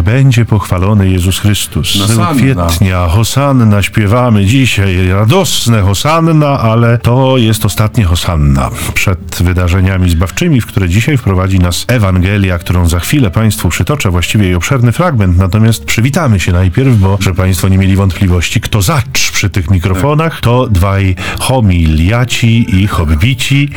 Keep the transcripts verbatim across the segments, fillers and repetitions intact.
będzie pochwalony Jezus Chrystus. Hosanna. Kwietnia, Hosanna śpiewamy dzisiaj, radosne Hosanna, ale to jest ostatnie Hosanna przed wydarzeniami zbawczymi, w które dzisiaj wprowadzi nas Ewangelia, którą za chwilę Państwu przytoczę, właściwie jej obszerny fragment, natomiast przywitamy się najpierw, bo że Państwo nie mieli wątpliwości, kto zacz przy tych mikrofonach, to dwaj homiliaci i hobbici.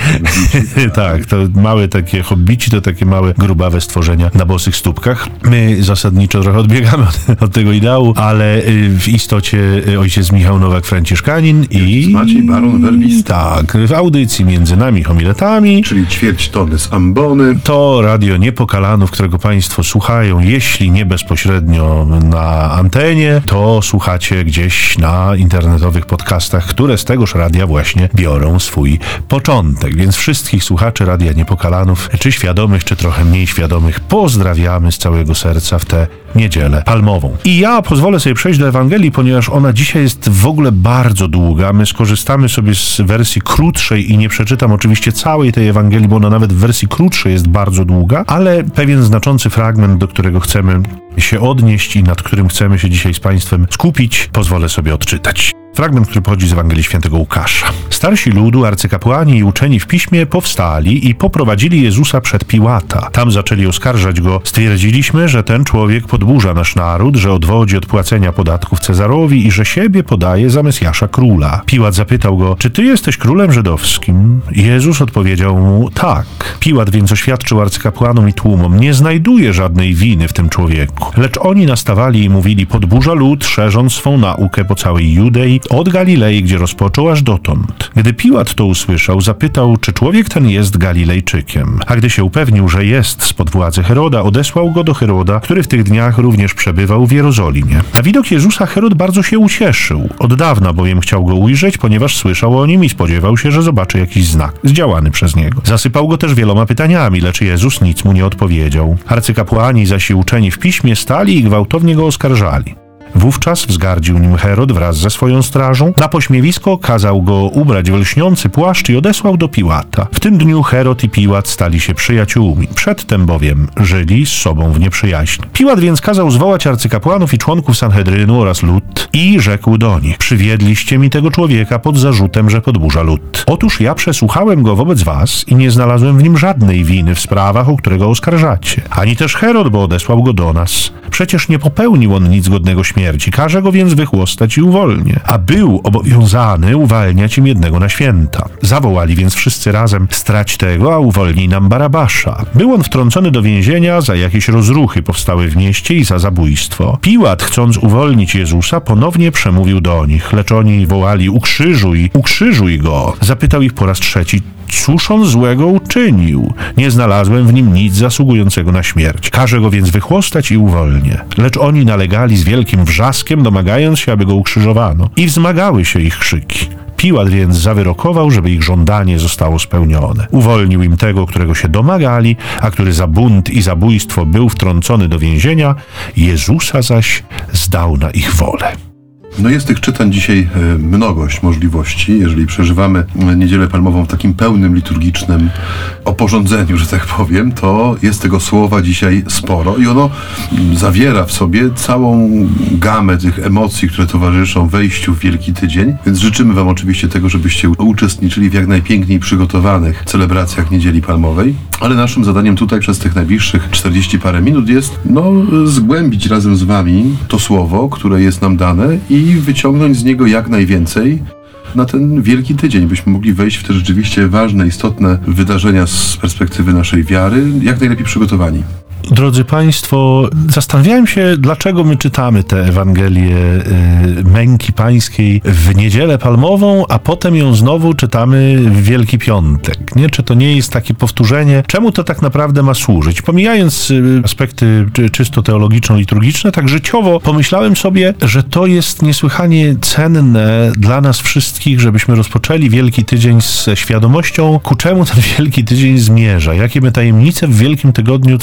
Tak, to małe takie hobbici, to takie małe, grubawe stworzenia na bosych stópkach. My zasadniczo trochę odbiegamy od, od tego ideału, ale w istocie ojciec Michał Nowak-Franciszkanin i Maciej Baron Werbista. Tak, w audycji między nami homiletami, czyli ćwierć tony z ambony. To radio Niepokalanów, którego Państwo słuchają, jeśli nie bezpośrednio na antenie, to słuchacie gdzieś na internetowych podcastach, które z tegoż radia właśnie biorą swój początek. Więc wszystkich słuchaczy Radia Niepokalanów, czy świadomych, czy trochę mniej świadomych, pozdrawiamy z całego serca w tę niedzielę palmową. I ja pozwolę sobie przejść do Ewangelii, ponieważ ona dzisiaj jest w ogóle bardzo długa. My skorzystamy sobie z wersji krótszej i nie przeczytam oczywiście całej tej Ewangelii, bo ona nawet w wersji krótszej jest bardzo długa, ale pewien znaczący fragment, do którego chcemy się odnieść i nad którym chcemy się dzisiaj z Państwem skupić, pozwolę sobie odczytać. Fragment, który pochodzi z Ewangelii Świętego Łukasza. Starsi ludu, arcykapłani i uczeni w piśmie powstali i poprowadzili Jezusa przed Piłata. Tam zaczęli oskarżać go. Stwierdziliśmy, że ten człowiek podburza nasz naród, że odwodzi od płacenia podatków Cezarowi i że siebie podaje za Mesjasza króla. Piłat zapytał go, czy ty jesteś królem żydowskim? Jezus odpowiedział mu, tak. Piłat więc oświadczył arcykapłanom i tłumom, nie znajduje żadnej winy w tym człowieku. Lecz oni nastawali i mówili, podburza lud, szerząc swą naukę po całej Judei, od Galilei, gdzie rozpoczął, aż dotąd. Gdy Piłat to usłyszał, zapytał, czy człowiek ten jest Galilejczykiem. A gdy się upewnił, że jest spod władzy Heroda, odesłał go do Heroda, który w tych dniach również przebywał w Jerozolimie. Na widok Jezusa Herod bardzo się ucieszył. Od dawna bowiem chciał go ujrzeć, ponieważ słyszał o nim i spodziewał się, że zobaczy jakiś znak zdziałany przez niego. Zasypał go też wieloma pytaniami, lecz Jezus nic mu nie odpowiedział. Arcykapłani zaś i uczeni w piśmie stali i gwałtownie go oskarżali. Wówczas wzgardził nim Herod wraz ze swoją strażą. Na pośmiewisko kazał go ubrać w lśniący płaszcz i odesłał do Piłata. W tym dniu Herod i Piłat stali się przyjaciółmi. Przedtem bowiem żyli z sobą w nieprzyjaźni. Piłat więc kazał zwołać arcykapłanów i członków Sanhedrynu oraz lud i rzekł do nich, przywiedliście mi tego człowieka pod zarzutem, że podburza lud. Otóż ja przesłuchałem go wobec was i nie znalazłem w nim żadnej winy w sprawach, o które go oskarżacie. Ani też Herod, bo odesłał go do nas. Przecież nie popełnił on nic godnego śmierci. Każe go więc wychłostać i uwolnię. A był obowiązany uwalniać im jednego na święta. Zawołali więc wszyscy razem, strać tego, a uwolnij nam Barabasza. Był on wtrącony do więzienia za jakieś rozruchy powstałe w mieście i za zabójstwo. Piłat, chcąc uwolnić Jezusa, ponownie przemówił do nich, lecz oni wołali, ukrzyżuj, ukrzyżuj go. Zapytał ich po raz trzeci, cóż on złego uczynił? Nie znalazłem w nim nic zasługującego na śmierć. Każę go więc wychłostać i uwolnię. Lecz oni nalegali z wielkim wrzaskiem, domagając się, aby go ukrzyżowano. I wzmagały się ich krzyki. Piłat więc zawyrokował, żeby ich żądanie zostało spełnione. Uwolnił im tego, którego się domagali, a który za bunt i zabójstwo był wtrącony do więzienia. Jezusa zaś zdał na ich wolę. No jest tych czytań dzisiaj mnogość możliwości. Jeżeli przeżywamy Niedzielę Palmową w takim pełnym liturgicznym oporządzeniu, że tak powiem, to jest tego słowa dzisiaj sporo i ono zawiera w sobie całą gamę tych emocji, które towarzyszą wejściu w Wielki Tydzień. Więc życzymy wam oczywiście tego, żebyście uczestniczyli w jak najpiękniej przygotowanych celebracjach Niedzieli Palmowej. Ale naszym zadaniem tutaj przez tych najbliższych czterdzieści parę minut jest no, zgłębić razem z wami to słowo, które jest nam dane i wyciągnąć z niego jak najwięcej na ten Wielki Tydzień, byśmy mogli wejść w te rzeczywiście ważne, istotne wydarzenia z perspektywy naszej wiary, jak najlepiej przygotowani. Drodzy Państwo, zastanawiałem się, dlaczego my czytamy tę Ewangelię y, Męki Pańskiej w Niedzielę Palmową, a potem ją znowu czytamy w Wielki Piątek. Nie? Czy to nie jest takie powtórzenie? Czemu to tak naprawdę ma służyć? Pomijając y, aspekty y, czysto teologiczno-liturgiczne, tak życiowo pomyślałem sobie, że to jest niesłychanie cenne dla nas wszystkich, żebyśmy rozpoczęli Wielki Tydzień ze świadomością, ku czemu ten Wielki Tydzień zmierza, jakie my tajemnice w Wielkim Tygodniu celebrujemy.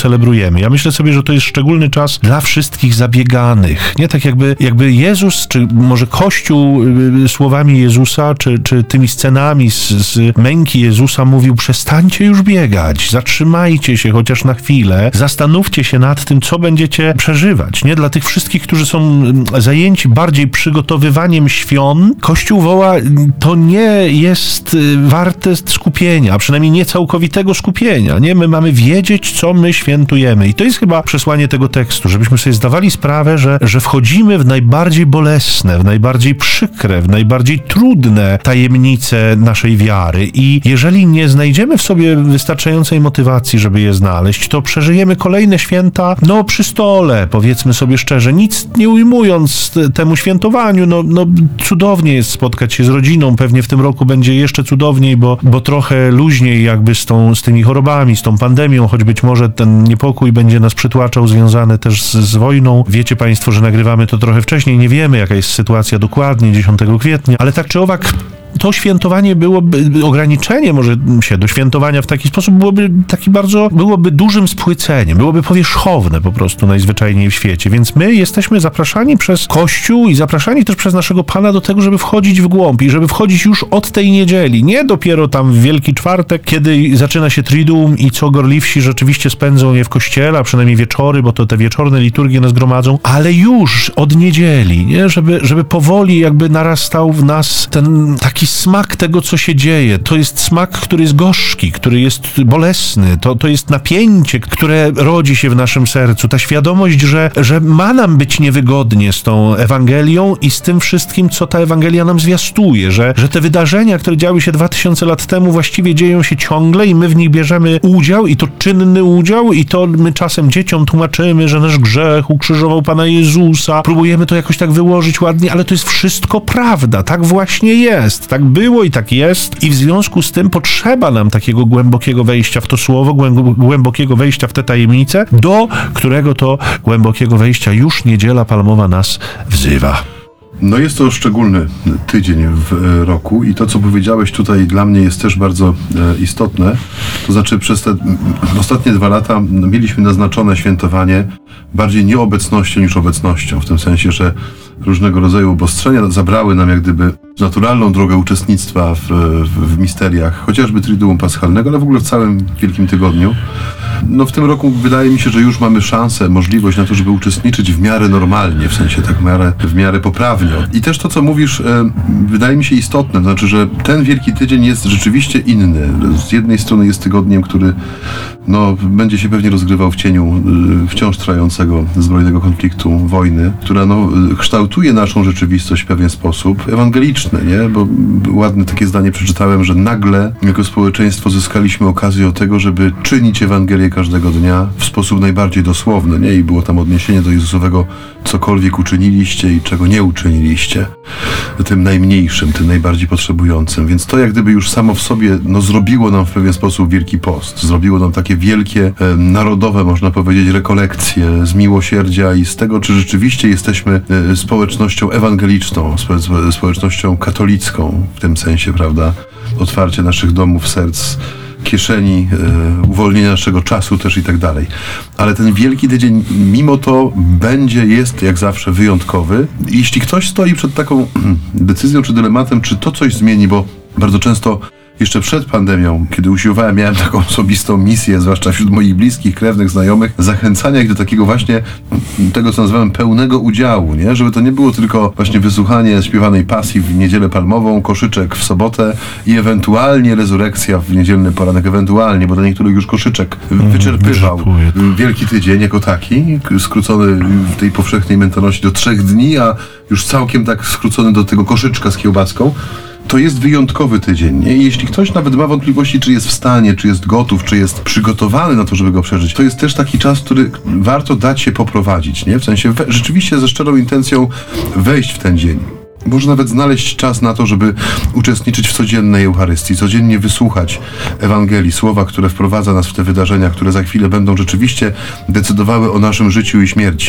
świętujemy. Ja myślę sobie, że to jest szczególny czas dla wszystkich zabieganych. Nie tak jakby, jakby Jezus, czy może Kościół słowami Jezusa, czy, czy tymi scenami z, z męki Jezusa mówił: przestańcie już biegać, zatrzymajcie się chociaż na chwilę, zastanówcie się nad tym, co będziecie przeżywać. Nie? Dla tych wszystkich, którzy są zajęci bardziej przygotowywaniem świąt, Kościół woła: to nie jest warte skupienia, a przynajmniej nie całkowitego skupienia. Nie? My mamy wiedzieć, co my świętujemy. I to jest chyba przesłanie tego tekstu, żebyśmy sobie zdawali sprawę, że, że wchodzimy w najbardziej bolesne, w najbardziej przykre, w najbardziej trudne tajemnice naszej wiary i jeżeli nie znajdziemy w sobie wystarczającej motywacji, żeby je znaleźć, to przeżyjemy kolejne święta, no przy stole, powiedzmy sobie szczerze, nic nie ujmując temu świętowaniu, no, no cudownie jest spotkać się z rodziną, pewnie w tym roku będzie jeszcze cudowniej, bo, bo trochę luźniej jakby z, tą, z tymi chorobami, z tą pandemią, choć być może ten niepokój będzie nas przytłaczał, związany też z, z wojną. Wiecie Państwo, że nagrywamy to trochę wcześniej, nie wiemy, jaka jest sytuacja dokładnie, dziesiątego kwietnia, ale tak czy owak to świętowanie byłoby, ograniczenie może się do świętowania w taki sposób byłoby taki bardzo, byłoby dużym spłyceniem, byłoby powierzchowne po prostu najzwyczajniej w świecie, więc my jesteśmy zapraszani przez Kościół i zapraszani też przez naszego Pana do tego, żeby wchodzić w głąb i żeby wchodzić już od tej niedzieli, nie dopiero tam w Wielki Czwartek, kiedy zaczyna się Triduum i co gorliwsi rzeczywiście spędzą je w kościele, a przynajmniej wieczory, bo to te wieczorne liturgie nas gromadzą, ale już od niedzieli, nie? Żeby, żeby powoli jakby narastał w nas ten taki smak tego, co się dzieje. To jest smak, który jest gorzki, który jest bolesny. To, to jest napięcie, które rodzi się w naszym sercu. Ta świadomość, że, że ma nam być niewygodnie z tą Ewangelią i z tym wszystkim, co ta Ewangelia nam zwiastuje. Że, że te wydarzenia, które działy się dwa tysiące lat temu, właściwie dzieją się ciągle i my w nich bierzemy udział i to czynny udział i to my czasem dzieciom tłumaczymy, że nasz grzech ukrzyżował Pana Jezusa. Próbujemy to jakoś tak wyłożyć ładnie, ale to jest wszystko prawda. Tak właśnie jest. Tak było i tak jest i w związku z tym potrzeba nam takiego głębokiego wejścia w to słowo, głębokiego wejścia w te tajemnice, do którego to głębokiego wejścia już Niedziela Palmowa nas wzywa. No jest to szczególny tydzień w roku i to, co powiedziałeś tutaj, dla mnie jest też bardzo e, istotne. To znaczy przez te ostatnie dwa lata mieliśmy naznaczone świętowanie bardziej nieobecnością niż obecnością, w tym sensie, że różnego rodzaju obostrzenia zabrały nam jak gdyby naturalną drogę uczestnictwa w, w, w misteriach, chociażby Triduum Paschalnego, ale w ogóle w całym Wielkim Tygodniu. No w tym roku wydaje mi się, że już mamy szansę, możliwość na to, żeby uczestniczyć w miarę normalnie, w sensie tak w miarę, w miarę poprawnie. I też to, co mówisz, e, wydaje mi się istotne, to znaczy, że ten Wielki Tydzień jest rzeczywiście inny. Z jednej strony jest tygodniem, który no, będzie się pewnie rozgrywał w cieniu y, wciąż trwającego zbrojnego konfliktu, wojny, która no, kształtuje naszą rzeczywistość w pewien sposób ewangeliczny, nie? Bo ładne takie zdanie przeczytałem, że nagle jako społeczeństwo zyskaliśmy okazję do tego, żeby czynić Ewangelię każdego dnia w sposób najbardziej dosłowny, nie? I było tam odniesienie do Jezusowego cokolwiek uczyniliście i czego nie uczyniliście. Tym najmniejszym, tym najbardziej potrzebującym. Więc to jak gdyby już samo w sobie no, zrobiło nam w pewien sposób Wielki Post. Zrobiło nam takie wielkie, e, narodowe, można powiedzieć, rekolekcje z miłosierdzia i z tego, czy rzeczywiście jesteśmy e, społecznością ewangeliczną, spo, społecznością katolicką w tym sensie, prawda? Otwarcie naszych domów, serc, kieszeni, e, uwolnienie naszego czasu też i tak dalej. Ale ten Wielki Tydzień mimo to będzie, jest jak zawsze wyjątkowy. I jeśli ktoś stoi przed taką decyzją czy dylematem, czy to coś zmieni, bo bardzo często jeszcze przed pandemią, kiedy usiłowałem, miałem taką osobistą misję, zwłaszcza wśród moich bliskich, krewnych, znajomych, zachęcania ich do takiego właśnie tego, co nazywałem pełnego udziału, nie? Żeby to nie było tylko właśnie wysłuchanie śpiewanej pasji w Niedzielę Palmową, koszyczek w sobotę i ewentualnie rezurekcja w niedzielny poranek, ewentualnie, bo dla niektórych już koszyczek wyczerpywał Wielki Tydzień jako taki, skrócony w tej powszechnej mentalności do trzech dni, a już całkiem tak skrócony do tego koszyczka z kiełbaską. To jest wyjątkowy tydzień, nie? I jeśli ktoś nawet ma wątpliwości, czy jest w stanie, czy jest gotów, czy jest przygotowany na to, żeby go przeżyć, to jest też taki czas, który warto dać się poprowadzić, nie? W sensie we, rzeczywiście ze szczerą intencją wejść w ten dzień. Może nawet znaleźć czas na to, żeby uczestniczyć w codziennej Eucharystii, codziennie wysłuchać Ewangelii, słowa, które wprowadza nas w te wydarzenia, które za chwilę będą rzeczywiście decydowały o naszym życiu i śmierci.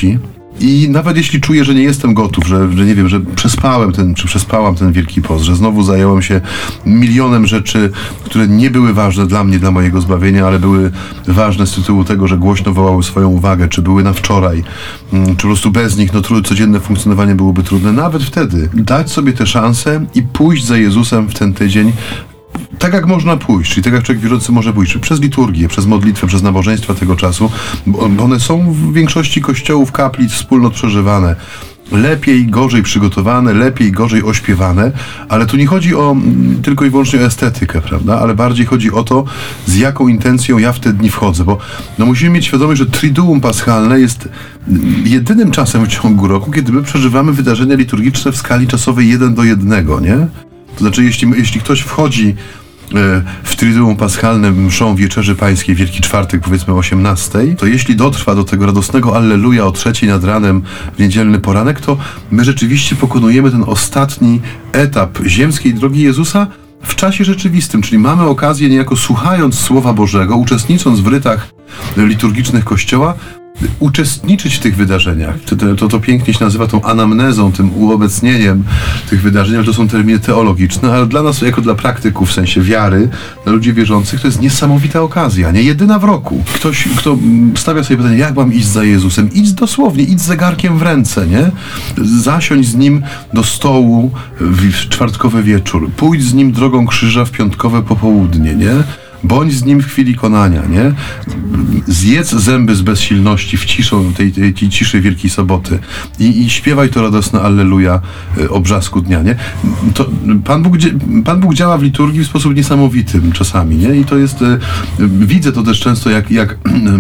I nawet jeśli czuję, że nie jestem gotów, że, że nie wiem, że przespałem ten, czy przespałam ten Wielki Post, że znowu zająłem się milionem rzeczy, które nie były ważne dla mnie, dla mojego zbawienia, ale były ważne z tytułu tego, że głośno wołały swoją uwagę, czy były na wczoraj, czy po prostu bez nich, no trudne, codzienne funkcjonowanie byłoby trudne. Nawet wtedy dać sobie tę szansę i pójść za Jezusem w ten tydzień, tak jak można pójść, czyli tak jak człowiek wierzący może pójść, czy przez liturgię, przez modlitwę, przez nabożeństwa tego czasu, bo one są w większości kościołów, kaplic, wspólnot przeżywane. Lepiej, gorzej przygotowane, lepiej, gorzej ośpiewane, ale tu nie chodzi o tylko i wyłącznie o estetykę, prawda, ale bardziej chodzi o to, z jaką intencją ja w te dni wchodzę, bo no, musimy mieć świadomość, że Triduum Paschalne jest jedynym czasem w ciągu roku, kiedy my przeżywamy wydarzenia liturgiczne w skali czasowej jeden do jednego, nie? To znaczy, jeśli, jeśli ktoś wchodzi w Triduum Paschalne mszą Wieczerzy Pańskiej, Wielki Czwartek, powiedzmy o osiemnastej, to jeśli dotrwa do tego radosnego Alleluja o trzeciej nad ranem w niedzielny poranek, to my rzeczywiście pokonujemy ten ostatni etap ziemskiej drogi Jezusa w czasie rzeczywistym, czyli mamy okazję niejako słuchając Słowa Bożego, uczestnicząc w rytach liturgicznych Kościoła, uczestniczyć w tych wydarzeniach. To, to, to pięknie się nazywa tą anamnezą, tym uobecnieniem tych wydarzeń, ale to są terminy teologiczne, ale dla nas, jako dla praktyków, w sensie wiary, dla ludzi wierzących, to jest niesamowita okazja, nie jedyna w roku. Ktoś, kto stawia sobie pytanie, jak mam iść za Jezusem? Idź dosłownie, idź z zegarkiem w ręce, nie? Zasiądź z Nim do stołu w czwartkowy wieczór. Pójdź z Nim drogą krzyża w piątkowe popołudnie, nie? Bądź z Nim w chwili konania, nie? Zjedz zęby z bezsilności w ciszą, tej, tej, tej ciszy Wielkiej Soboty i, i śpiewaj to radosne Alleluja o brzasku dnia, nie? To Pan Bóg, Pan Bóg działa w liturgii w sposób niesamowity czasami, nie? I to jest, widzę to też często, jak, jak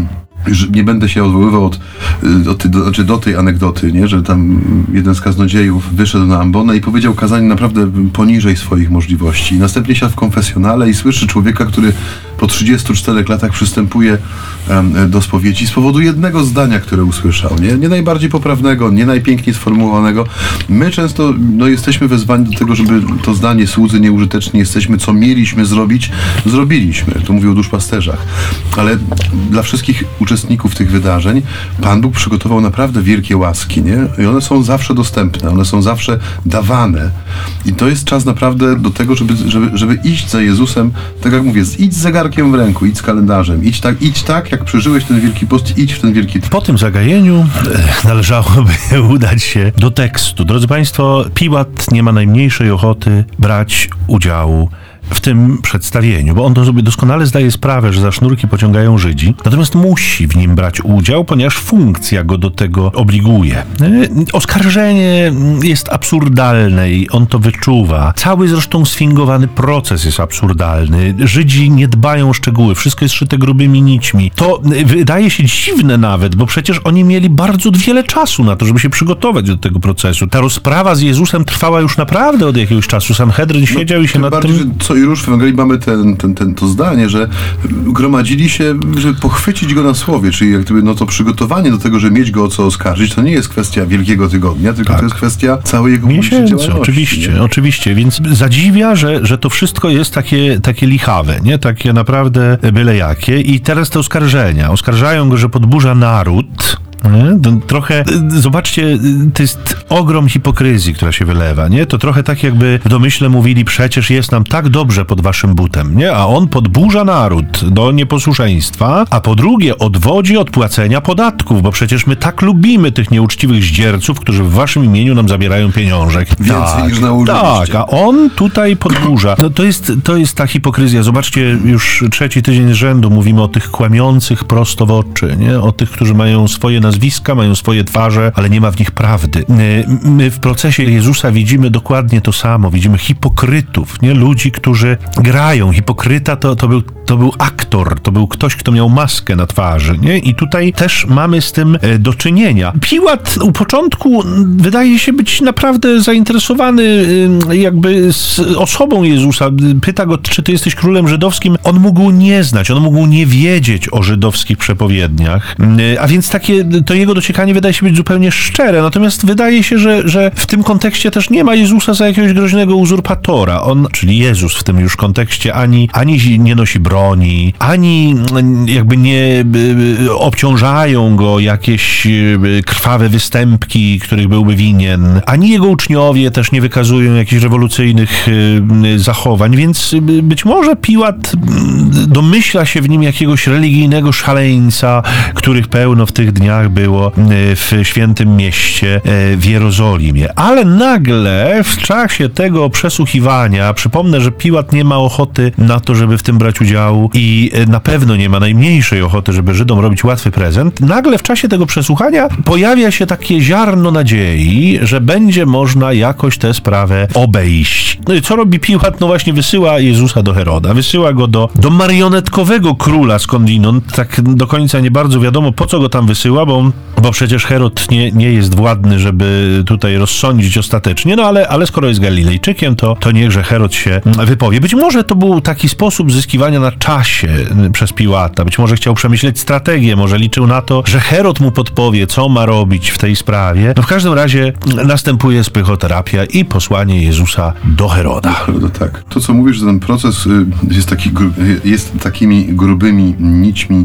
nie będę się odwoływał od, od, do, znaczy do tej anegdoty, nie? Że tam jeden z kaznodziejów wyszedł na ambonę i powiedział kazanie naprawdę poniżej swoich możliwości. I następnie siadł w konfesjonale i słyszy człowieka, który po trzydziestu czterech latach przystępuje um, do spowiedzi z powodu jednego zdania, które usłyszał. Nie, nie najbardziej poprawnego, nie najpiękniej sformułowanego. My często no, jesteśmy wezwani do tego, żeby to zdanie słudzy nieużyteczni jesteśmy, co mieliśmy zrobić, zrobiliśmy. Tu mówię o duszpasterzach. Ale dla wszystkich uczestników tych wydarzeń Pan Bóg przygotował naprawdę wielkie łaski, nie? I one są zawsze dostępne, one są zawsze dawane. I to jest czas naprawdę do tego, żeby, żeby, żeby iść za Jezusem, tak jak mówię, idź z zegarkiem w ręku, idź z kalendarzem, idź tak, idź tak, jak przeżyłeś ten Wielki Post, idź w ten Wielki... Po tym zagajeniu e, należałoby udać się do tekstu. Drodzy Państwo, Piłat nie ma najmniejszej ochoty brać udziału w tym przedstawieniu, bo on to sobie doskonale zdaje sprawę, że za sznurki pociągają Żydzi, natomiast musi w nim brać udział, ponieważ funkcja go do tego obliguje. Oskarżenie jest absurdalne i on to wyczuwa. Cały zresztą sfingowany proces jest absurdalny. Żydzi nie dbają o szczegóły, wszystko jest szyte grubymi nićmi. To wydaje się dziwne nawet, bo przecież oni mieli bardzo wiele czasu na to, żeby się przygotować do tego procesu. Ta rozprawa z Jezusem trwała już naprawdę od jakiegoś czasu. Sanhedryn siedział no, i się nad bardziej, tym... Co i róż w Ewangelii mamy ten, ten, ten, to zdanie, że gromadzili się, żeby pochwycić go na słowie, czyli jak gdyby no to przygotowanie do tego, żeby mieć go o co oskarżyć, to nie jest kwestia Wielkiego Tygodnia, tylko tak. To jest kwestia całej jego miesięcy, oczywiście, nie? oczywiście, więc zadziwia, że, że to wszystko jest takie, takie lichawe, nie? Takie naprawdę byle jakie i teraz te oskarżenia, oskarżają go, że podburza naród. Nie? Trochę, zobaczcie, to jest ogrom hipokryzji, która się wylewa, nie? To trochę tak jakby w domyśle mówili, przecież jest nam tak dobrze pod waszym butem, nie? A on podburza naród do nieposłuszeństwa, a po drugie odwodzi od płacenia podatków, bo przecież my tak lubimy tych nieuczciwych zdzierców, którzy w waszym imieniu nam zabierają pieniążek. Więcej tak, niż nałożyliście. Tak, a on tutaj podburza. No to jest, to jest ta hipokryzja. Zobaczcie, już trzeci tydzień z rzędu mówimy o tych kłamiących prosto w oczy, nie? O tych, którzy mają swoje nazwiska, mają swoje twarze, ale nie ma w nich prawdy. My w procesie Jezusa widzimy dokładnie to samo. Widzimy hipokrytów, nie? Ludzi, którzy grają. Hipokryta to, to, był, to był aktor, to był ktoś, kto miał maskę na twarzy, nie? I tutaj też mamy z tym do czynienia. Piłat u początku wydaje się być naprawdę zainteresowany jakby z osobą Jezusa. Pyta go, czy ty jesteś królem żydowskim. On mógł nie znać, on mógł nie wiedzieć o żydowskich przepowiedniach. A więc takie to jego dociekanie wydaje się być zupełnie szczere, natomiast wydaje się, że, że w tym kontekście też nie ma Jezusa za jakiegoś groźnego uzurpatora. On, czyli Jezus w tym już kontekście, ani, ani nie nosi broni, ani jakby nie obciążają go jakieś krwawe występki, których byłby winien, ani jego uczniowie też nie wykazują jakichś rewolucyjnych zachowań, więc być może Piłat domyśla się w nim jakiegoś religijnego szaleńca, których pełno w tych dniach było w świętym mieście w Jerozolimie. Ale nagle w czasie tego przesłuchiwania, przypomnę, że Piłat nie ma ochoty na to, żeby w tym brać udziału i na pewno nie ma najmniejszej ochoty, żeby Żydom robić łatwy prezent, nagle w czasie tego przesłuchania pojawia się takie ziarno nadziei, że będzie można jakoś tę sprawę obejść. No i co robi Piłat? No właśnie wysyła Jezusa do Heroda, wysyła go do, do marionetkowego króla skądinąd, tak do końca nie bardzo wiadomo, po co go tam wysyła, bo, bo przecież Herod nie, nie jest władny, żeby tutaj rozsądzić ostatecznie, no ale, ale skoro jest Galilejczykiem, to, to niechże Herod się wypowie. Być może to był taki sposób zyskiwania na czasie przez Piłata, być może chciał przemyśleć strategię, może liczył na to, że Herod mu podpowie, co ma robić w tej sprawie. No w każdym razie następuje spychoterapia i posłanie Jezusa do Heroda. No tak. To, co mówisz, że ten proces jest, taki, jest takimi grubymi nićmi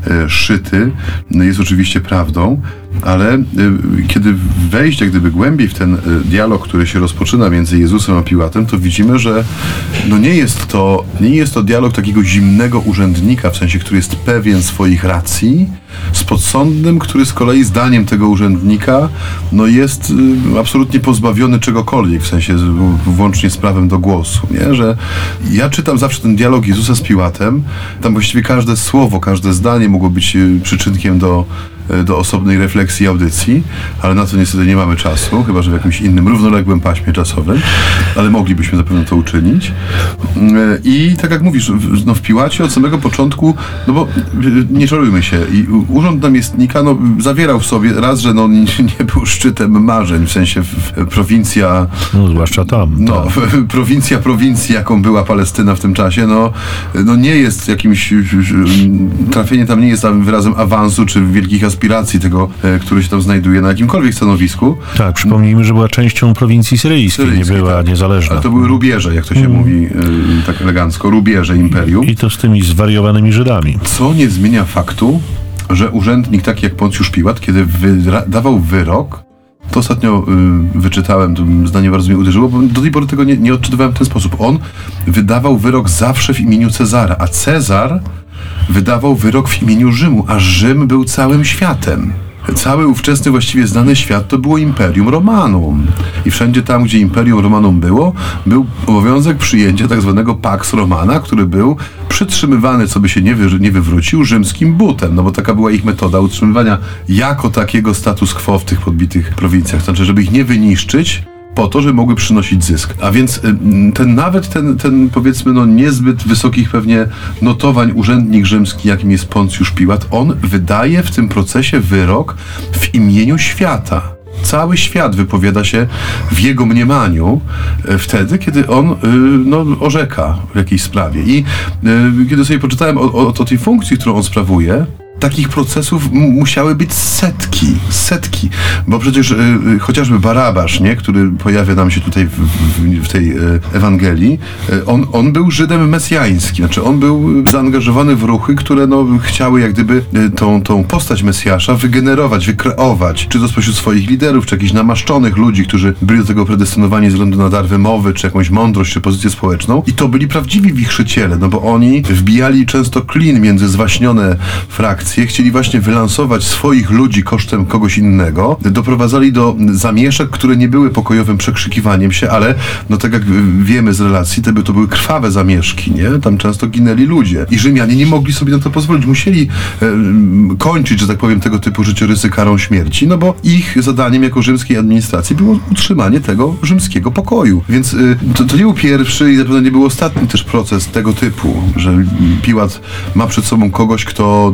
szyty, jest oczywiście prawdą, ale kiedy wejść jak gdyby głębiej w ten dialog, który się rozpoczyna między Jezusem a Piłatem, to widzimy, że no nie jest to, nie jest to dialog takiego zimnego urzędnika, w sensie, który jest pewien swoich racji, z podsądnym, który z kolei zdaniem tego urzędnika no jest y, absolutnie pozbawiony czegokolwiek, w sensie z, włącznie z prawem do głosu, nie? Że ja czytam zawsze ten dialog Jezusa z Piłatem, tam właściwie każde słowo, każde zdanie mogło być y, przyczynkiem do do osobnej refleksji i audycji, ale na to niestety nie mamy czasu, chyba że w jakimś innym, równoległym paśmie czasowym, ale moglibyśmy zapewne to uczynić. I tak jak mówisz, no w Piłacie od samego początku, no bo nie czarujmy się, i urząd namiestnika no, zawierał w sobie raz, że no, nie, nie był szczytem marzeń, w sensie w, w, prowincja... No zwłaszcza tam. No, tak. w, prowincja prowincji, jaką była Palestyna w tym czasie, no, no nie jest jakimś... Trafienie tam nie jest tam wyrazem awansu, czy wielkich aspiracji tego, który się tam znajduje na jakimkolwiek stanowisku. Tak, przypomnijmy, że była częścią prowincji syryjskiej, syryjskiej nie była tak. niezależna. Ale to były rubieże, jak to się mm. mówi yy, tak elegancko, rubieże imperium. I to z tymi zwariowanymi Żydami. Co nie zmienia faktu, że urzędnik taki jak Poncjusz Piłat, kiedy wydawał wyrok, to ostatnio y, wyczytałem, to zdanie bardzo mnie uderzyło, bo do tej pory tego nie, nie odczytywałem w ten sposób. On wydawał wyrok zawsze w imieniu Cezara, a Cezar wydawał wyrok w imieniu Rzymu, a Rzym był całym światem. Cały ówczesny właściwie znany świat to było Imperium Romanum. I wszędzie tam, gdzie Imperium Romanum było, był obowiązek przyjęcia tak zwanego Pax Romana, który był przytrzymywany, co by się nie, wy, nie wywrócił, rzymskim butem, no bo taka była ich metoda utrzymywania jako takiego status quo w tych podbitych prowincjach. Znaczy, żeby ich nie wyniszczyć, po to, żeby mogły przynosić zysk. A więc ten nawet ten, ten powiedzmy no niezbyt wysokich pewnie notowań urzędnik rzymski, jakim jest Poncjusz Piłat, on wydaje w tym procesie wyrok w imieniu świata. Cały świat wypowiada się w jego mniemaniu wtedy, kiedy on no, orzeka w jakiejś sprawie. I kiedy sobie poczytałem o, o, o tej funkcji, którą on sprawuje, takich procesów m- musiały być setki, setki, bo przecież y, y, chociażby Barabasz, nie, który pojawia nam się tutaj w, w, w tej y, Ewangelii, y, on, on był Żydem mesjańskim, znaczy on był zaangażowany w ruchy, które no, chciały jak gdyby y, tą, tą postać Mesjasza wygenerować, wykreować, czy to spośród swoich liderów, czy jakichś namaszczonych ludzi, którzy byli do tego predestynowani ze względu na dar wymowy, czy jakąś mądrość, czy pozycję społeczną, i to byli prawdziwi wichrzyciele, no bo oni wbijali często klin między zwaśnione frakcje, chcieli właśnie wylansować swoich ludzi kosztem kogoś innego, doprowadzali do zamieszek, które nie były pokojowym przekrzykiwaniem się, ale no tak jak wiemy z relacji, to, by, to były krwawe zamieszki, nie? Tam często ginęli ludzie. I Rzymianie nie mogli sobie na to pozwolić. Musieli e, kończyć, że tak powiem, tego typu życiorysy karą śmierci, no bo ich zadaniem jako rzymskiej administracji było utrzymanie tego rzymskiego pokoju. Więc e, to, to nie był pierwszy i zapewne nie był ostatni też proces tego typu, że Piłat ma przed sobą kogoś, kto no, jest o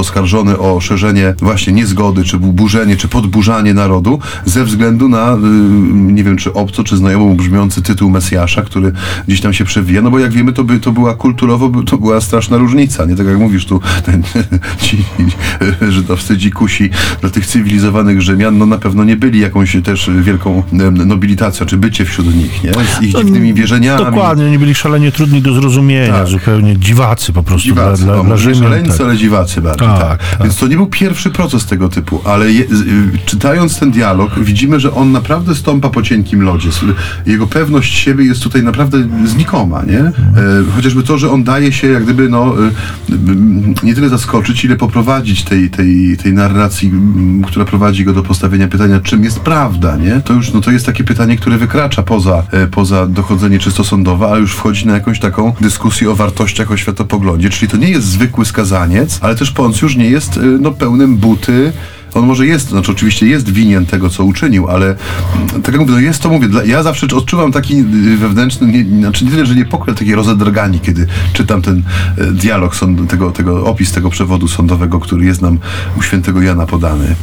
oskarżony o szerzenie właśnie niezgody, czy burzenie, czy podburzanie narodu ze względu na, nie wiem, czy obco, czy znajomo brzmiący tytuł Mesjasza, który gdzieś tam się przewija, no bo jak wiemy, to, by, to była kulturowo, to była straszna różnica, nie? Tak jak mówisz tu, ci żydowscy dzikusi dla tych cywilizowanych Rzymian, no na pewno nie byli jakąś też wielką nobilitacją, czy bycie wśród nich, nie? Z ich dziwnymi wierzeniami. Dokładnie, oni byli szalenie trudni do zrozumienia, tak. Zupełnie dziwacy po prostu dziwacy, dla, no, dla Rzymian. Szaleńcy, tak. Ale dziwacy bardziej, tak, tak. tak. Więc to nie był pierwszy proces tego typu, ale je, czytając ten dialog, widzimy, że on naprawdę stąpa po cienkim lodzie. Jego pewność siebie jest tutaj naprawdę znikoma, nie? E, chociażby to, że on daje się jak gdyby, no, e, nie tyle zaskoczyć, ile poprowadzić tej, tej, tej narracji, m, która prowadzi go do postawienia pytania, czym jest prawda, nie? To już, no to jest takie pytanie, które wykracza poza, e, poza dochodzenie czysto sądowe, a już wchodzi na jakąś taką dyskusję o wartościach, o światopoglądzie, czyli to nie jest zwykły skazaniec, ale też Poncjusz nie jest, e, no, pełnym buty. On może jest, znaczy oczywiście jest winien tego, co uczynił, ale tak jak mówię, no jest to, mówię, dla, ja zawsze odczuwam taki wewnętrzny, nie, znaczy nie tyle, że niepokój, ale takie rozedrganie, kiedy czytam ten e, dialog, sąd, tego, tego, opis tego przewodu sądowego, który jest nam u świętego Jana podany.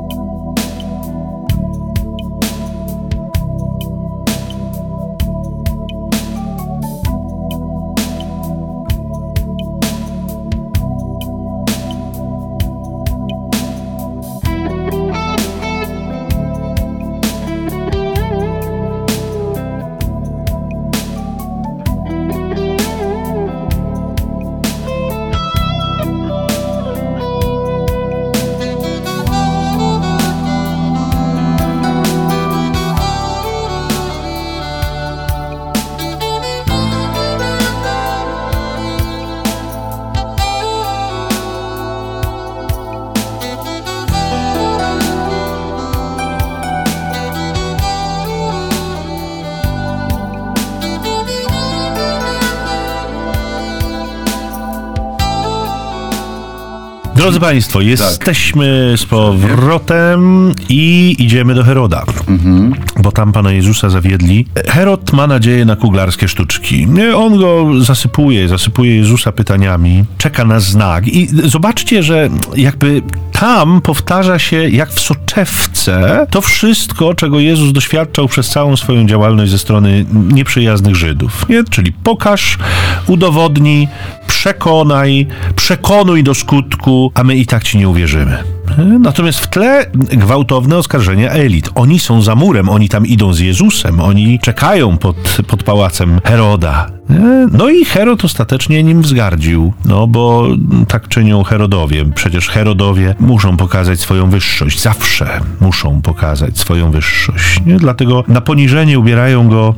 Drodzy Państwo, jesteśmy z powrotem i idziemy do Heroda, mhm. bo tam Pana Jezusa zawiedli. Herod ma nadzieję na kuglarskie sztuczki. On go zasypuje, zasypuje Jezusa pytaniami, czeka na znak i zobaczcie, że jakby tam powtarza się jak w soczewce to wszystko, czego Jezus doświadczał przez całą swoją działalność ze strony nieprzyjaznych Żydów. Nie? Czyli pokaż, udowodnij, przekonaj, przekonuj do skutku, a my i tak ci nie uwierzymy. Natomiast w tle gwałtowne oskarżenia elit. Oni są za murem, oni tam idą z Jezusem, oni czekają pod, pod pałacem Heroda. No i Herod ostatecznie nim wzgardził, no bo tak czynią Herodowie. Przecież Herodowie muszą pokazać swoją wyższość, zawsze muszą pokazać swoją wyższość. Nie? Dlatego na poniżenie ubierają go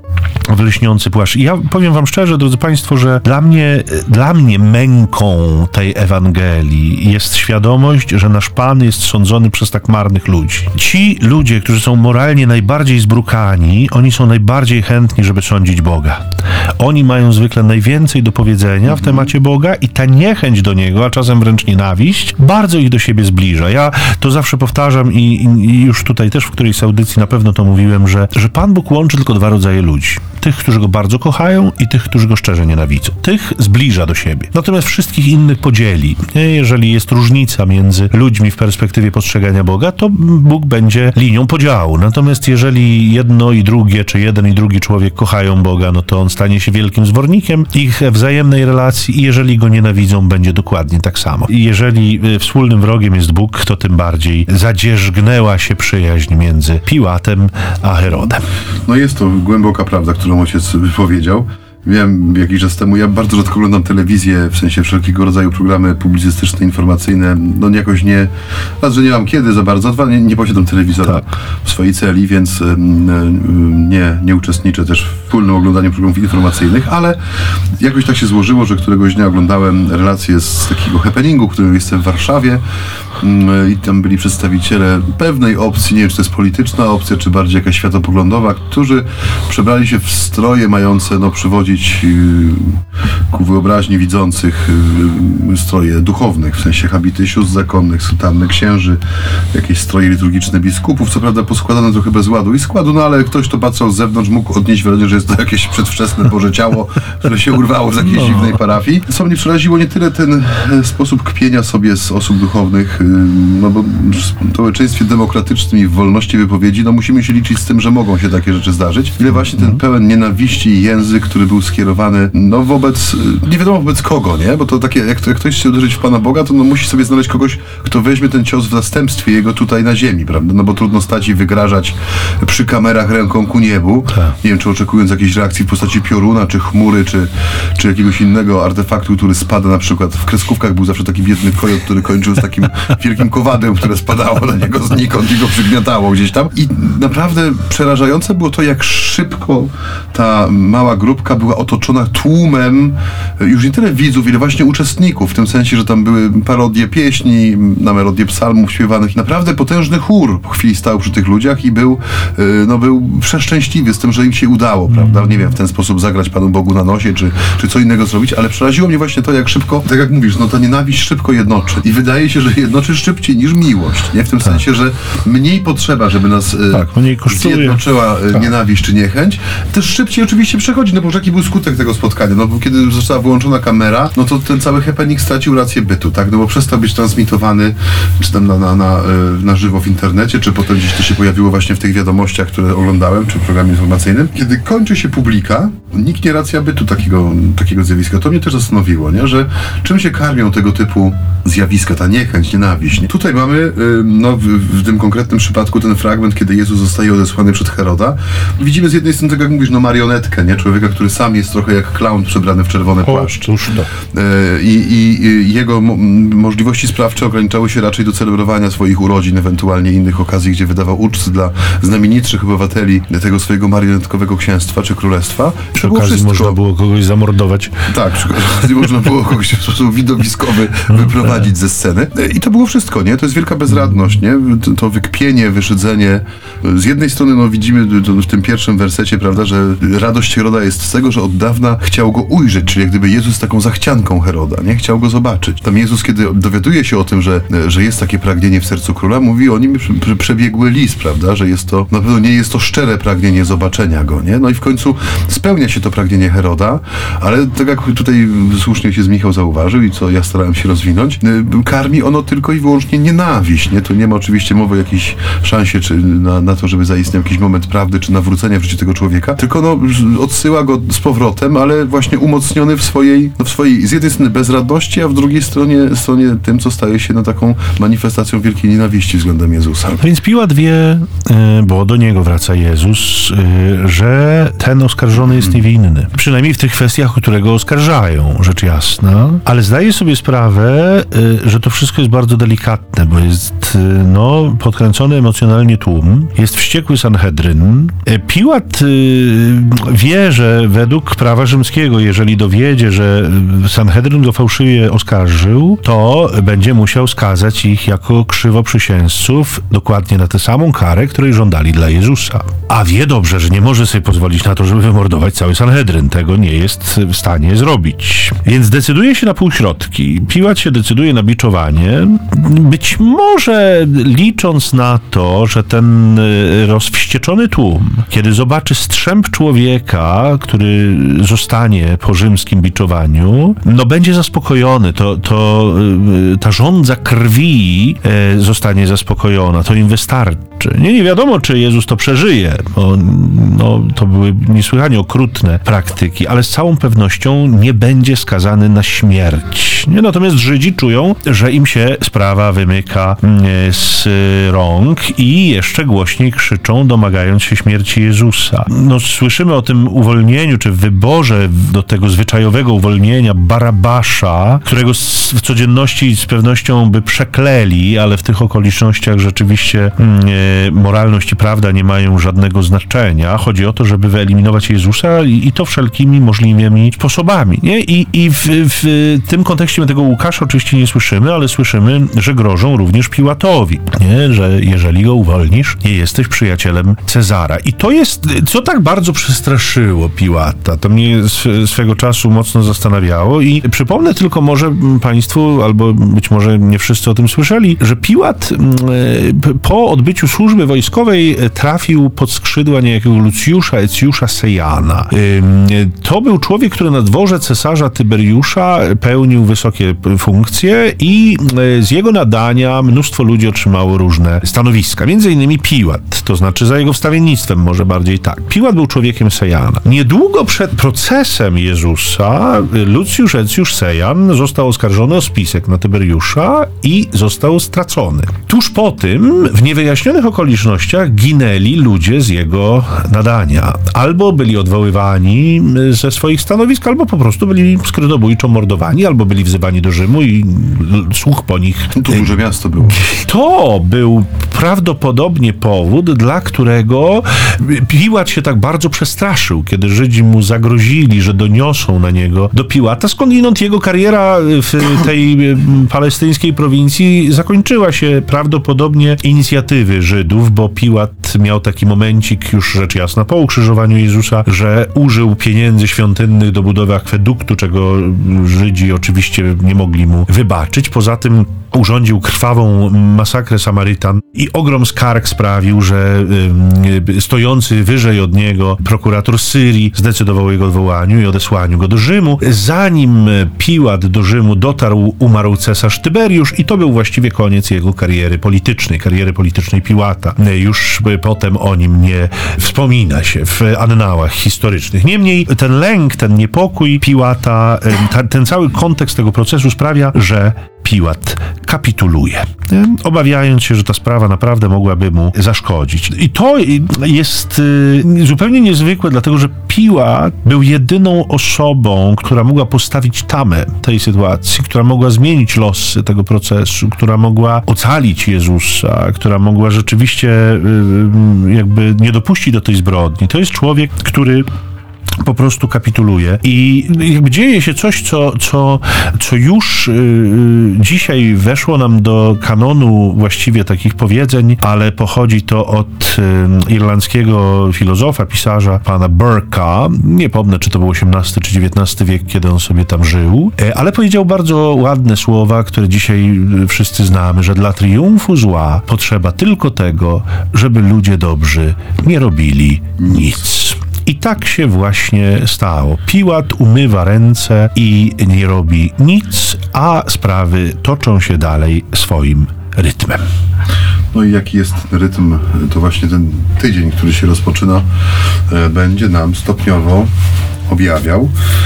w lśniący płaszcz. I ja powiem wam szczerze, drodzy Państwo, że dla mnie, dla mnie męką tej Ewangelii jest świadomość, że nasz Pan jest sądzony przez tak marnych ludzi. Ci ludzie, którzy są moralnie najbardziej zbrukani, oni są najbardziej chętni, żeby sądzić Boga. Oni mają zwykle najwięcej do powiedzenia w temacie Boga i ta niechęć do Niego, a czasem wręcz nienawiść, bardzo ich do siebie zbliża. Ja to zawsze powtarzam i, i już tutaj też w którejś z audycji na pewno to mówiłem, że, że Pan Bóg łączy tylko dwa rodzaje ludzi. Tych, którzy Go bardzo kochają i tych, którzy Go szczerze nienawidzą. Tych zbliża do siebie. Natomiast wszystkich innych podzieli. Jeżeli jest różnica między ludźmi w perspektywie postrzegania Boga, to Bóg będzie linią podziału. Natomiast jeżeli jedno i drugie, czy jeden i drugi człowiek kochają Boga, no to On stanie się wielkim zwornikiem ich wzajemnej relacji i jeżeli Go nienawidzą, będzie dokładnie tak samo. I jeżeli wspólnym wrogiem jest Bóg, to tym bardziej zadzierzgnęła się przyjaźń między Piłatem a Herodem. No jest to głęboka prawda, którą ojciec powiedział. Wiem, jakiś czas temu, ja bardzo rzadko oglądam telewizję, w sensie wszelkiego rodzaju programy publicystyczne, informacyjne. No jakoś nie, raz, że nie mam kiedy za bardzo, dwa, nie, nie posiadam telewizora tak. w swojej celi, więc y, y, nie, nie uczestniczę też w wspólnym oglądaniu programów informacyjnych, ale jakoś tak się złożyło, że któregoś dnia oglądałem relację z takiego happeningu, który jest w Warszawie y, i tam byli przedstawiciele pewnej opcji, nie wiem, czy to jest polityczna opcja, czy bardziej jakaś światopoglądowa, którzy przebrali się w stroje mające no, przywodzić wchodzić ku wyobraźni widzących stroje duchownych, w sensie habity sióstr zakonnych, sutanny księży, jakieś stroje liturgiczne biskupów, co prawda poskładane trochę bez ładu i składu, no ale ktoś, kto patrzył z zewnątrz, mógł odnieść wrażenie, że jest to jakieś przedwczesne Boże ciało, które się urwało z jakiejś no. dziwnej parafii. Co mnie przeraziło nie tyle ten sposób kpienia sobie z osób duchownych, no bo w społeczeństwie demokratycznym i w wolności wypowiedzi, no musimy się liczyć z tym, że mogą się takie rzeczy zdarzyć, ile właśnie ten pełen nienawiści i język, który był skierowany, no wobec, nie wiadomo wobec kogo, nie? Bo to takie, jak, jak ktoś chce uderzyć w Pana Boga, to no musi sobie znaleźć kogoś, kto weźmie ten cios w zastępstwie jego tutaj na ziemi, prawda? No bo trudno stać i wygrażać przy kamerach ręką ku niebu, tak. Nie wiem, czy oczekując jakiejś reakcji w postaci pioruna, czy chmury, czy, czy jakiegoś innego artefaktu, który spada na przykład. W kreskówkach był zawsze taki biedny kojot, który kończył z takim wielkim kowadłem, które spadało na niego znikąd i go przygniatało gdzieś tam. I naprawdę przerażające było to, jak szybko ta mała grupka była otoczona tłumem już nie tyle widzów, ile właśnie uczestników, w tym sensie, że tam były parodie pieśni, na melodię psalmów śpiewanych. Naprawdę potężny chór po chwili stał przy tych ludziach i był, no, był przeszczęśliwy z tym, że im się udało, prawda? Nie wiem, w ten sposób zagrać Panu Bogu na nosie, czy, czy co innego zrobić, ale przeraziło mnie właśnie to, jak szybko, tak jak mówisz, no ta nienawiść szybko jednoczy. I wydaje się, że jednoczy szybciej niż miłość, nie? W tym tak. sensie, że mniej potrzeba, żeby nas tak, mniej zjednoczyła tak. nienawiść czy niechęć, też szybciej oczywiście przechodzi, no bo jaki był skutek tego spotkania? No bo kiedy została wyłączona kamera, no to ten cały happening stracił rację bytu, tak? No bo przestał być transmitowany, czy tam na, na, na, na żywo w internecie, czy potem gdzieś to się pojawiło właśnie w tych wiadomościach, które oglądałem, czy w programie informacyjnym. Kiedy kończy się publika, niknie racja bytu takiego, takiego zjawiska. To mnie też zastanowiło, nie? Że czym się karmią tego typu zjawiska, ta niechęć, nienawiść. Nie? Tutaj mamy, no w, w tym konkretnym przypadku ten fragment, kiedy Jezus zostaje odesłany przed Heroda. Widzimy z jednej strony, tak jak mówisz, no marionetkę, nie? Człowieka, który sam jest trochę jak klaun przebrany w czerwony płaszcz. O, to. I, i, I jego mo- możliwości sprawcze ograniczały się raczej do celebrowania swoich urodzin, ewentualnie innych okazji, gdzie wydawał uczty dla znamienitszych obywateli tego swojego marionetkowego księstwa czy królestwa. Przy okazji wszystko. Można było kogoś zamordować. Tak, przy okazji można było kogoś w sposób widowiskowy wyprowadzić ze sceny. I to było wszystko, nie? To jest wielka bezradność, nie? To wykpienie, wyszydzenie. Z jednej strony, no widzimy w tym pierwszym wersecie, prawda, że radość Heroda jest z tego, że od dawna chciał go ujrzeć, czyli jak gdyby Jezus taką zachcianką Heroda, nie? Chciał go zobaczyć. Tam Jezus, kiedy dowiaduje się o tym, że, że jest takie pragnienie w sercu króla, mówi o nim przebiegły list, prawda, że jest to, na pewno nie jest to szczere pragnienie zobaczenia go, nie? No i w końcu spełnia się to pragnienie Heroda, ale tak jak tutaj słusznie się z Michał zauważył i co ja starałem się rozwinąć, karmi ono tylko i wyłącznie nienawiść, nie? Tu nie ma oczywiście mowy o jakiejś szansie czy na, na to, żeby zaistniał jakiś moment prawdy czy nawrócenia w życiu tego człowieka, tylko no odsyła go z powrotem, ale właśnie umocniony w swojej, no w swojej z jednej strony bezradności, a w drugiej stronie, stronie tym, co staje się no, taką manifestacją wielkiej nienawiści względem Jezusa. Więc Piłat wie, bo do niego wraca Jezus, że ten oskarżony jest niewinny. Przynajmniej w tych kwestiach, które go oskarżają, rzecz jasna. Ale zdaje sobie sprawę, że to wszystko jest bardzo delikatne, bo jest no, podkręcony emocjonalnie tłum, jest wściekły Sanhedryn. Piłat wie, że według prawa rzymskiego, jeżeli dowiedzie, że Sanhedryn go fałszywie oskarżył, to będzie musiał skazać ich jako krzywoprzysięzców dokładnie na tę samą karę, której żądali dla Jezusa. A wie dobrze, że nie może sobie pozwolić na to, żeby wymordować cały Sanhedryn. Tego nie jest w stanie zrobić. Więc decyduje się na półśrodki. Piłat się decyduje na biczowanie. Być może licząc na to, że ten rozwścieczony tłum, kiedy zobaczy strzęp człowieka, który zostanie po rzymskim biczowaniu, no będzie zaspokojony. To, to ta żądza krwi zostanie zaspokojona. To im wystarczy. Nie, nie wiadomo, czy Jezus to przeżyje, bo no, to były niesłychanie okrutne praktyki, ale z całą pewnością nie będzie skazany na śmierć. Nie? Natomiast Żydzi czują, że im się sprawa wymyka z rąk i jeszcze głośniej krzyczą, domagając się śmierci Jezusa. No, słyszymy o tym uwolnieniu, czy wyborze do tego zwyczajowego uwolnienia Barabasza, którego w codzienności z pewnością by przekleli, ale w tych okolicznościach rzeczywiście moralność i prawda nie mają żadnego znaczenia. Chodzi o to, żeby wyeliminować Jezusa i, i to wszelkimi możliwymi sposobami. Nie? I, i w, w tym kontekście my tego Łukasza oczywiście nie słyszymy, ale słyszymy, że grożą również Piłatowi, nie? Że jeżeli go uwolnisz, nie jesteś przyjacielem Cezara. I to jest, co tak bardzo przestraszyło Piłata. To mnie swego czasu mocno zastanawiało i przypomnę tylko może państwu, albo być może nie wszyscy o tym słyszeli, że Piłat po odbyciu służby wojskowej trafił pod skrzydła niejakiego Lucjusza Ecjusza Sejana. To był człowiek, który na dworze cesarza Tyberiusza pełnił wysokie funkcje i z jego nadania mnóstwo ludzi otrzymało różne stanowiska. Między innymi Piłat, to znaczy za jego wstawiennictwem może bardziej tak. Piłat był człowiekiem Sejana. Niedługo przed procesem Jezusa Lucjusz Ecjusz Sejan został oskarżony o spisek na Tyberiusza i został stracony. Tuż po tym w niewyjaśnionych okolicznościach ginęli ludzie z jego nadania. Albo byli odwoływani ze swoich stanowisk, albo po prostu byli skrytobójczo mordowani, albo byli wzywani do Rzymu i słuch po nich. To duże miasto było. To był prawdopodobnie powód, dla którego Piłat się tak bardzo przestraszył, kiedy Żydzi mu zagrozili, że doniosą na niego do Piłata. Skądinąd jego kariera w tej palestyńskiej prowincji zakończyła się prawdopodobnie inicjatywy Żydów, bo Piłat miał taki momencik, już rzecz jasna, po ukrzyżowaniu Jezusa, że użył pieniędzy świątynnych do budowy akweduktu, czego Żydzi oczywiście nie mogli mu wybaczyć. Poza tym urządził krwawą masakrę Samarytan i ogrom skarg sprawił, że y, stojący wyżej od niego prokurator Syrii zdecydował o jego odwołaniu i odesłaniu go do Rzymu. Zanim Piłat do Rzymu dotarł, umarł cesarz Tyberiusz i to był właściwie koniec jego kariery politycznej, kariery politycznej Piłata. Już potem o nim nie wspomina się w annałach historycznych. Niemniej ten lęk, ten niepokój Piłata, ta, ten cały kontekst tego procesu sprawia, że Piłat kapituluje, obawiając się, że ta sprawa naprawdę mogłaby mu zaszkodzić. I to jest y, zupełnie niezwykłe, dlatego że Piłat był jedyną osobą, która mogła postawić tamę tej sytuacji, która mogła zmienić losy tego procesu, która mogła ocalić Jezusa, która mogła rzeczywiście y, y, jakby nie dopuścić do tej zbrodni. To jest człowiek, który po prostu kapituluje i jakby dzieje się coś, co, co, co już yy, dzisiaj weszło nam do kanonu właściwie takich powiedzeń, ale pochodzi to od yy, irlandzkiego filozofa, pisarza, pana Burke'a. Nie pomnę, czy to był osiemnasty czy dziewiętnasty wiek, kiedy on sobie tam żył, yy, ale powiedział bardzo ładne słowa, które dzisiaj wszyscy znamy, że dla triumfu zła potrzeba tylko tego, żeby ludzie dobrzy nie robili nic. I tak się właśnie stało. Piłat umywa ręce i nie robi nic, a sprawy toczą się dalej swoim rytmem. No i jaki jest ten rytm, to właśnie ten tydzień, który się rozpoczyna, będzie nam stopniowo objawiał.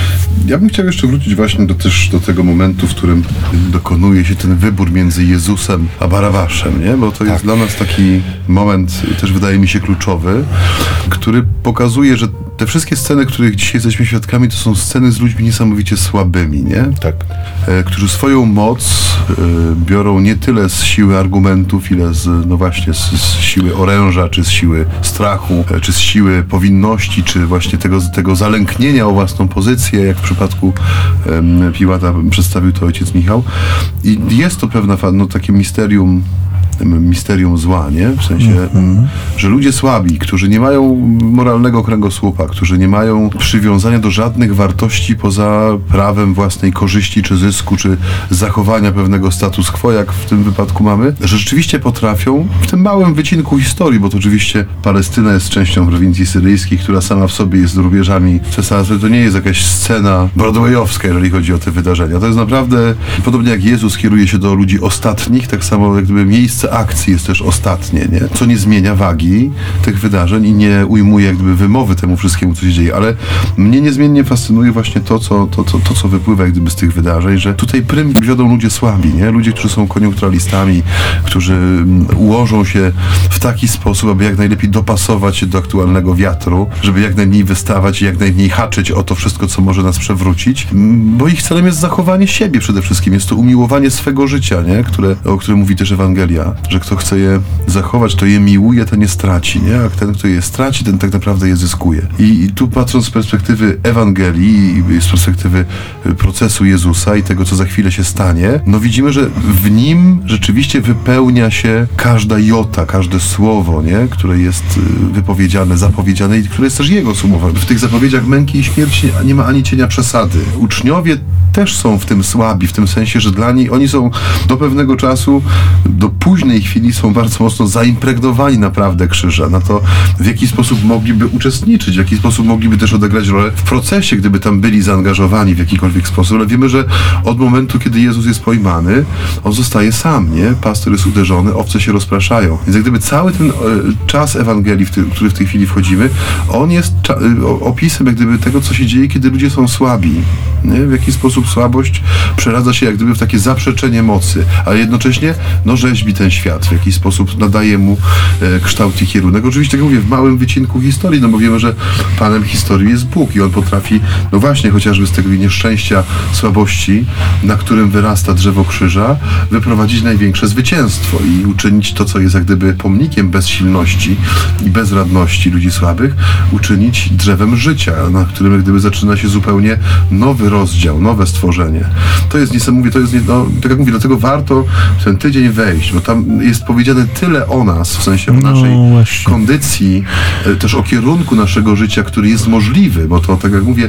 Ja bym chciał jeszcze wrócić właśnie do, też do tego momentu, w którym dokonuje się ten wybór między Jezusem a Barabaszem, nie? Bo to jest tak. Dla nas taki moment, też wydaje mi się kluczowy, który pokazuje, że te wszystkie sceny, których dzisiaj jesteśmy świadkami, to są sceny z ludźmi niesamowicie słabymi, nie? Tak. E, którzy swoją moc e, biorą nie tyle z siły argumentów, ile z, no właśnie, z, z siły oręża, czy z siły strachu, e, czy z siły powinności, czy właśnie tego, tego zalęknienia o własną pozycję, jak w przypadku e, Piłata przedstawił to ojciec Michał. I jest to pewne no, takie misterium, misterium zła, nie? W sensie, mm-hmm. że ludzie słabi, którzy nie mają moralnego kręgosłupa, którzy nie mają przywiązania do żadnych wartości poza prawem własnej korzyści, czy zysku, czy zachowania pewnego status quo, jak w tym wypadku mamy, że rzeczywiście potrafią w tym małym wycinku historii, bo to oczywiście Palestyna jest częścią prowincji syryjskiej, która sama w sobie jest rubieżami cesarstwa. To nie jest jakaś scena broadwayowska, jeżeli chodzi o te wydarzenia. To jest naprawdę, podobnie jak Jezus kieruje się do ludzi ostatnich, tak samo jak gdyby miejsce akcji jest też ostatnie, nie? Co nie zmienia wagi tych wydarzeń i nie ujmuje jak gdyby wymowy temu wszystkiemu, co się dzieje, ale mnie niezmiennie fascynuje właśnie to, co, to, to, to, co wypływa jak gdyby z tych wydarzeń, że tutaj prym wiodą ludzie słabi, nie? Ludzie, którzy są koniunkturalistami, którzy ułożą się w taki sposób, aby jak najlepiej dopasować się do aktualnego wiatru, żeby jak najmniej wystawać i jak najmniej haczyć o to wszystko, co może nas przewrócić, bo ich celem jest zachowanie siebie przede wszystkim, jest to umiłowanie swego życia, nie? Które, o którym mówi też Ewangelia. że kto chce je zachować, to je miłuje, to nie straci, nie? A ten, kto je straci, ten tak naprawdę je zyskuje. I, i tu patrząc z perspektywy Ewangelii i z perspektywy procesu Jezusa i tego, co za chwilę się stanie, no widzimy, że w nim rzeczywiście wypełnia się każda jota, każde słowo, nie? Które jest wypowiedziane, zapowiedziane i które jest też Jego słowo. W tych zapowiedziach męki i śmierci nie ma ani cienia przesady. Uczniowie też są w tym słabi, w tym sensie, że dla nich oni są do pewnego czasu, do późnej chwili są bardzo mocno zaimpregnowani naprawdę krzyża, na to, w jaki sposób mogliby uczestniczyć, w jaki sposób mogliby też odegrać rolę w procesie, gdyby tam byli zaangażowani w jakikolwiek sposób. Ale wiemy, że od momentu, kiedy Jezus jest pojmany, on zostaje sam, nie? Pastor jest uderzony, owce się rozpraszają. Więc jak gdyby cały ten e, czas Ewangelii, w ty, który w tej chwili wchodzimy, on jest cza- opisem jak gdyby tego, co się dzieje, kiedy ludzie są słabi. Nie? W jaki sposób słabość przeradza się jak gdyby w takie zaprzeczenie mocy, ale jednocześnie no rzeźbi ten świat, w jakiś sposób nadaje mu e, kształt i kierunek. Oczywiście, jak mówię, w małym wycinku historii, no bo wiemy, że Panem historii jest Bóg i On potrafi, no właśnie, chociażby z tego nieszczęścia, słabości, na którym wyrasta drzewo krzyża, wyprowadzić największe zwycięstwo i uczynić to, co jest jak gdyby pomnikiem bezsilności i bezradności ludzi słabych, uczynić drzewem życia, na którym jak gdyby zaczyna się zupełnie nowy rozdział, nowe stworzenie. To jest niesamowite, to jest, nie, no, tak jak mówię, dlatego warto w ten tydzień wejść, bo tam jest powiedziane tyle o nas, w sensie o naszej no, kondycji, też o kierunku naszego życia, który jest możliwy, bo to, tak jak mówię,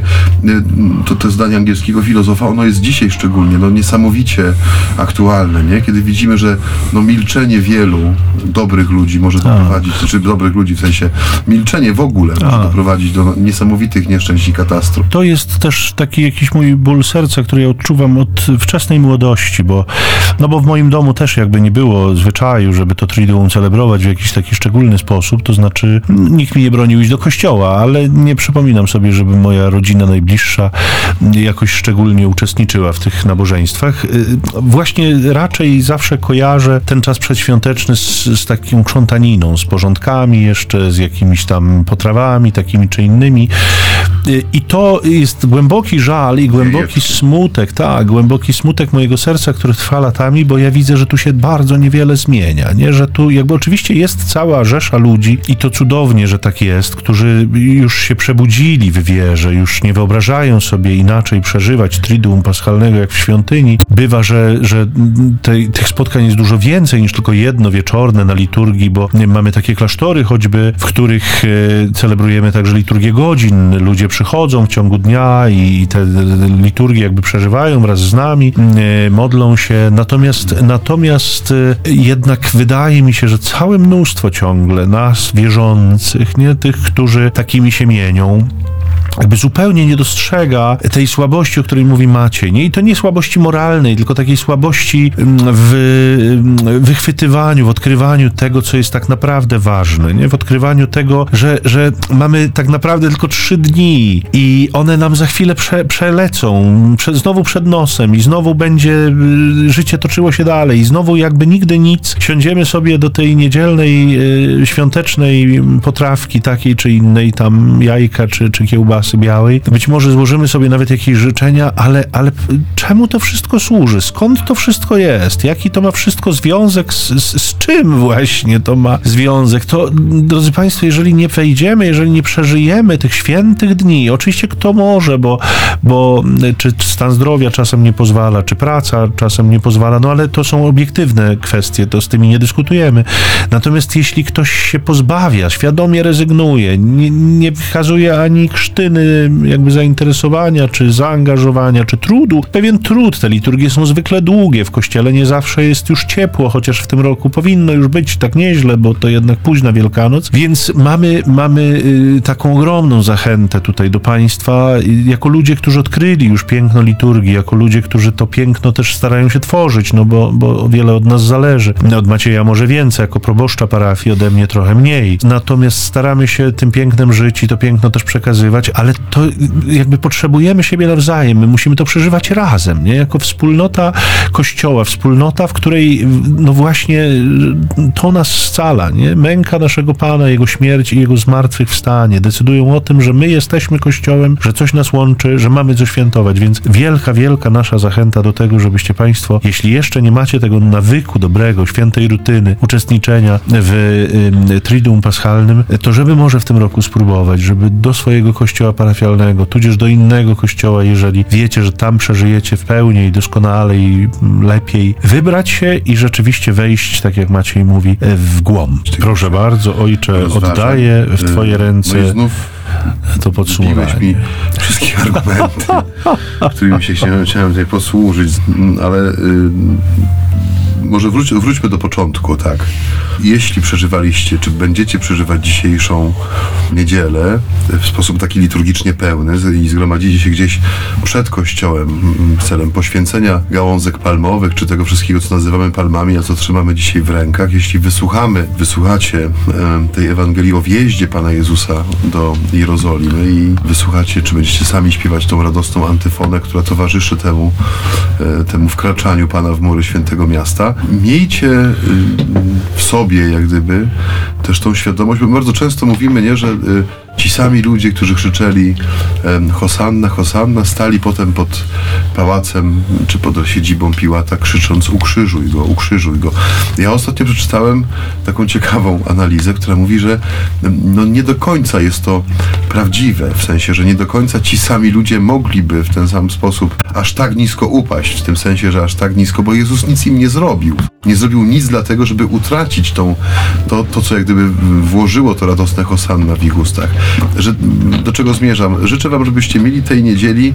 to, to zdanie angielskiego filozofa, ono jest dzisiaj szczególnie, no niesamowicie aktualne, nie? Kiedy widzimy, że no milczenie wielu dobrych ludzi może doprowadzić, A. czy dobrych ludzi w sensie milczenie w ogóle A. może doprowadzić do niesamowitych nieszczęść i katastrof. To jest też taki jakiś mój ból serca, który ja odczuwam od wczesnej młodości, bo no bo w moim domu też jakby nie było zwyczaju, żeby to Triduum celebrować w jakiś taki szczególny sposób, to znaczy nikt mi nie bronił iść do kościoła, ale nie przypominam sobie, żeby moja rodzina najbliższa jakoś szczególnie uczestniczyła w tych nabożeństwach. Właśnie raczej zawsze kojarzę ten czas przedświąteczny z, z taką krzątaniną, z porządkami jeszcze, z jakimiś tam potrawami takimi czy innymi. I to jest głęboki żal i głęboki smutek, tak, głęboki smutek mojego serca, który trwa latami, bo ja widzę, że tu się bardzo niewiele zmienia, nie? Że tu jakby oczywiście jest cała rzesza ludzi i to cudownie, że tak jest, którzy już się przebudzili w wierze, już nie wyobrażają sobie inaczej przeżywać Triduum Paschalnego jak w świątyni. Bywa, że, że te, tych spotkań jest dużo więcej niż tylko jedno wieczorne na liturgii, bo mamy takie klasztory choćby, w których e, celebrujemy także liturgię godzin. Ludzie przychodzą w ciągu dnia i te liturgie jakby przeżywają wraz z nami, e, modlą się. Natomiast, natomiast e, jednak wydaje mi się, że całe mnóstwo ciągle nas wierzących, nie tych, którzy takimi się mienią, jakby zupełnie nie dostrzega tej słabości, o której mówi Maciej, nie? I to nie słabości moralnej, tylko takiej słabości w wychwytywaniu, w odkrywaniu tego, co jest tak naprawdę ważne, nie? W odkrywaniu tego, że, że mamy tak naprawdę tylko trzy dni i one nam za chwilę prze, przelecą, prze, znowu przed nosem i znowu będzie życie toczyło się dalej i znowu jakby nigdy nic, siądziemy sobie do tej niedzielnej, świątecznej potrawki takiej czy innej, tam jajka czy, czy kiełbasy białej. Być może złożymy sobie nawet jakieś życzenia, ale, ale czemu to wszystko służy? Skąd to wszystko jest? Jaki to ma wszystko związek? Z, z, z czym właśnie to ma związek? To, drodzy Państwo, jeżeli nie wejdziemy, jeżeli nie przeżyjemy tych świętych dni, oczywiście kto może, bo, bo czy stan zdrowia czasem nie pozwala, czy praca czasem nie pozwala, no ale to są obiektywne kwestie, to z tymi nie dyskutujemy. Natomiast jeśli ktoś się pozbawia, świadomie rezygnuje, nie, nie wykazuje ani krztyny jakby zainteresowania, czy zaangażowania, czy trudu. Pewien trud, te liturgie są zwykle długie, w kościele nie zawsze jest już ciepło, chociaż w tym roku powinno już być tak nieźle, bo to jednak późna Wielkanoc, więc mamy, mamy taką ogromną zachętę tutaj do Państwa, jako ludzie, którzy odkryli już piękno liturgii, jako ludzie, którzy to piękno też starają się tworzyć, no bo, bo o wiele od nas zależy. Od Macieja może więcej, jako proboszcza parafii, ode mnie trochę mniej. Natomiast staramy się tym pięknem żyć i to piękno też przekazywać, ale to jakby potrzebujemy siebie nawzajem, my musimy to przeżywać razem, nie? Jako wspólnota Kościoła, wspólnota, w której no właśnie to nas scala, nie? Męka naszego Pana, Jego śmierć i Jego zmartwychwstanie decydują o tym, że my jesteśmy Kościołem, że coś nas łączy, że mamy co świętować, więc wielka, wielka nasza zachęta do tego, żebyście Państwo, jeśli jeszcze nie macie tego nawyku dobrego, świętej rutyny, uczestniczenia w y, Triduum Paschalnym, to żeby może w tym roku spróbować, żeby do swojego kościoła parafialnego, tudzież do innego kościoła, jeżeli wiecie, że tam przeżyjecie w pełni i doskonale i lepiej, wybrać się i rzeczywiście wejść, tak jak Maciej mówi, w głąb. Proszę bardzo, Ojcze, Rozważam. oddaję w Twoje ręce No i znów to podsumowanie. mi wszystkie argumenty, którymi się chciałem, chciałem tutaj posłużyć, ale y, może wróć, wróćmy do początku, tak. Jeśli przeżywaliście, czy będziecie przeżywać dzisiejszą niedzielę w sposób taki liturgicznie pełny i zgromadzicie się gdzieś przed kościołem celem poświęcenia gałązek palmowych, czy tego wszystkiego, co nazywamy palmami, a co trzymamy dzisiaj w rękach, jeśli wysłuchamy, wysłuchacie e, tej Ewangelii o wjeździe Pana Jezusa do Jerozolimy i wysłuchacie, czy będziecie sami śpiewać tą radosną antyfonę, która towarzyszy temu, e, temu wkraczaniu Pana w mury świętego miasta, miejcie y, w sobie, jak gdyby, też tą świadomość, bo bardzo często mówimy, nie, że y, ci sami ludzie, którzy krzyczeli um, Hosanna, Hosanna, stali potem pod pałacem, czy pod siedzibą Piłata, krzycząc ukrzyżuj go, ukrzyżuj go. Ja ostatnio przeczytałem taką ciekawą analizę, która mówi, że no nie do końca jest to prawdziwe, w sensie, że nie do końca ci sami ludzie mogliby w ten sam sposób aż tak nisko upaść, w tym sensie, że aż tak nisko, bo Jezus nic im nie zrobił. Nie zrobił nic dlatego, żeby utracić tą, to, to co jak gdyby włożyło to radosne Hosanna w ich ustach. Że, do czego zmierzam? Życzę wam, żebyście mieli tej niedzieli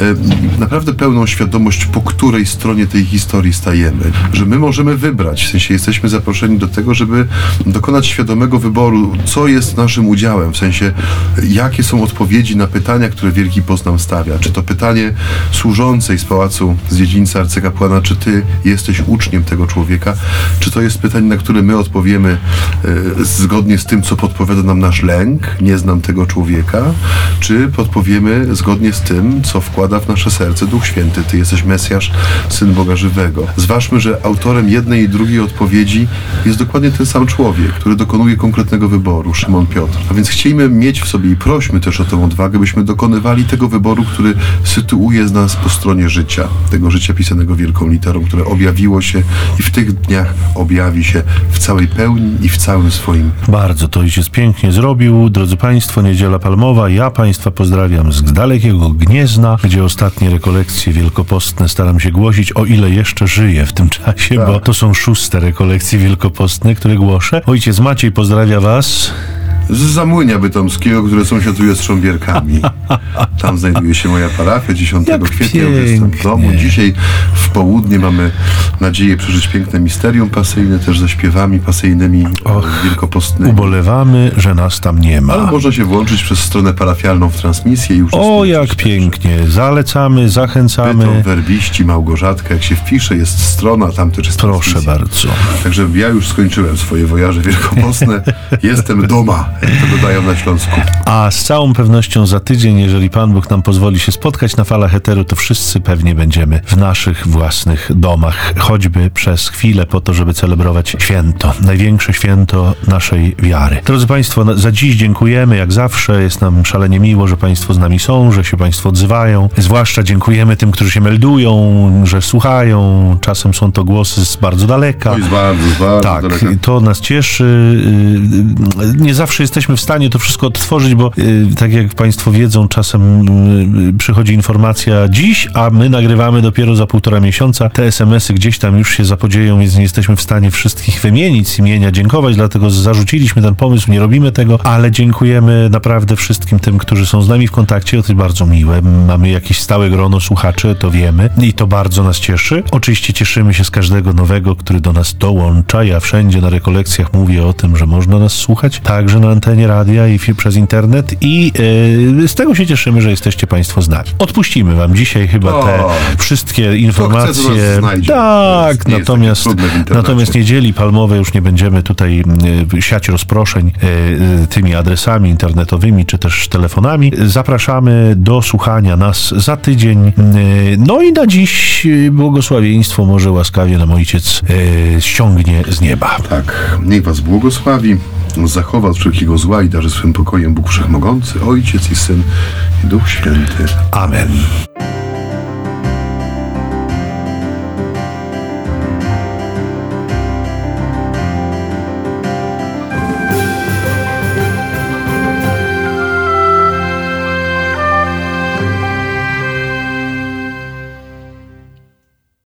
e, naprawdę pełną świadomość, po której stronie tej historii stajemy. Że my możemy wybrać, w sensie jesteśmy zaproszeni do tego, żeby dokonać świadomego wyboru, co jest naszym udziałem, w sensie jakie są odpowiedzi na pytania, które Wielki Post nam stawia. Czy to pytanie służącej z pałacu, z dziedzińca arcykapłana, czy ty jesteś uczniem tego człowieka, czy to jest pytanie, na które my odpowiemy e, zgodnie z tym, co podpowiada nam nasz lęk, nie znam tego człowieka, czy podpowiemy zgodnie z tym, co wkłada w nasze serce Duch Święty. Ty jesteś Mesjasz, Syn Boga żywego. Zważmy, że autorem jednej i drugiej odpowiedzi jest dokładnie ten sam człowiek, który dokonuje konkretnego wyboru, Szymon Piotr. A więc chcielibyśmy mieć w sobie i prośmy też o tę odwagę, byśmy dokonywali tego wyboru, który sytuuje z nas po stronie życia, tego życia pisanego wielką literą, które objawiło się i w tych dniach objawi się w całej pełni i w całym swoim. Bardzo to ojciec pięknie zrobił. Drodzy Państwo, Niedziela Palmowa. Ja Państwa pozdrawiam z dalekiego Gniezna, gdzie ostatnie rekolekcje wielkopostne staram się głosić, o ile jeszcze żyję w tym czasie, tak. Bo to są szóste rekolekcje wielkopostne, które głoszę. Ojciec Maciej pozdrawia Was z Zamłynia Bytomskiego, które sąsiaduje z Trząbierkami. Tam znajduje się moja parafia. dziesiątego kwietnia jestem w domu. Dzisiaj w południe mamy nadzieję przeżyć piękne misterium pasyjne, też ze śpiewami pasyjnymi Och, wielkopostnymi. Ubolewamy, że nas tam nie ma. Ale można się włączyć przez stronę parafialną w transmisję i już. O, jak pięknie. Zalecamy, zachęcamy. Bytom, werbiści, Małgorzatka. Jak się wpisze, jest strona, tam też jest Proszę transmisja. bardzo. Także ja już skończyłem swoje wojaże wielkopostne. Jestem doma. Jak to dodają na Śląsku. A z całą pewnością za tydzień, jeżeli Pan Bóg nam pozwoli się spotkać na falach eteru, to wszyscy pewnie będziemy w naszych własnych domach, choćby przez chwilę po to, żeby celebrować święto, największe święto naszej wiary. Drodzy Państwo, za dziś dziękujemy, jak zawsze. Jest nam szalenie miło, że Państwo z nami są, że się Państwo odzywają. Zwłaszcza dziękujemy tym, którzy się meldują, że słuchają. Czasem są to głosy z bardzo daleka. To jest bardzo, bardzo tak, daleka. To nas cieszy. Nie zawsze jesteśmy w stanie to wszystko odtworzyć, bo yy, tak jak Państwo wiedzą, czasem yy, przychodzi informacja dziś, a my nagrywamy dopiero za półtora miesiąca. Te es em esy gdzieś tam już się zapodzieją, więc nie jesteśmy w stanie wszystkich wymienić z imienia, dziękować, dlatego zarzuciliśmy ten pomysł, nie robimy tego, ale dziękujemy naprawdę wszystkim tym, którzy są z nami w kontakcie, to jest bardzo miłe. Mamy jakieś stałe grono słuchaczy, to wiemy i to bardzo nas cieszy. Oczywiście cieszymy się z każdego nowego, który do nas dołącza. Ja wszędzie na rekolekcjach mówię o tym, że można nas słuchać, także na antenie radia i fi- przez internet i yy, z tego się cieszymy, że jesteście państwo z nami. Odpuścimy wam dzisiaj chyba O, te wszystkie informacje. Kto chce, to nas znajdzie. Tak, To jest- nie jest natomiast, takie trudne w internecie. natomiast niedzieli palmowej już nie będziemy tutaj y, siać rozproszeń y, y, tymi adresami internetowymi czy też telefonami. Zapraszamy do słuchania nas za tydzień. Y, no i na dziś y, błogosławieństwo może łaskawie nam Ojciec y, ściągnie z nieba. Tak, niech was błogosławi, zachowa od wszelkiego zła i darzy swym pokojem Bóg Wszechmogący, Ojciec i Syn i Duch Święty. Amen.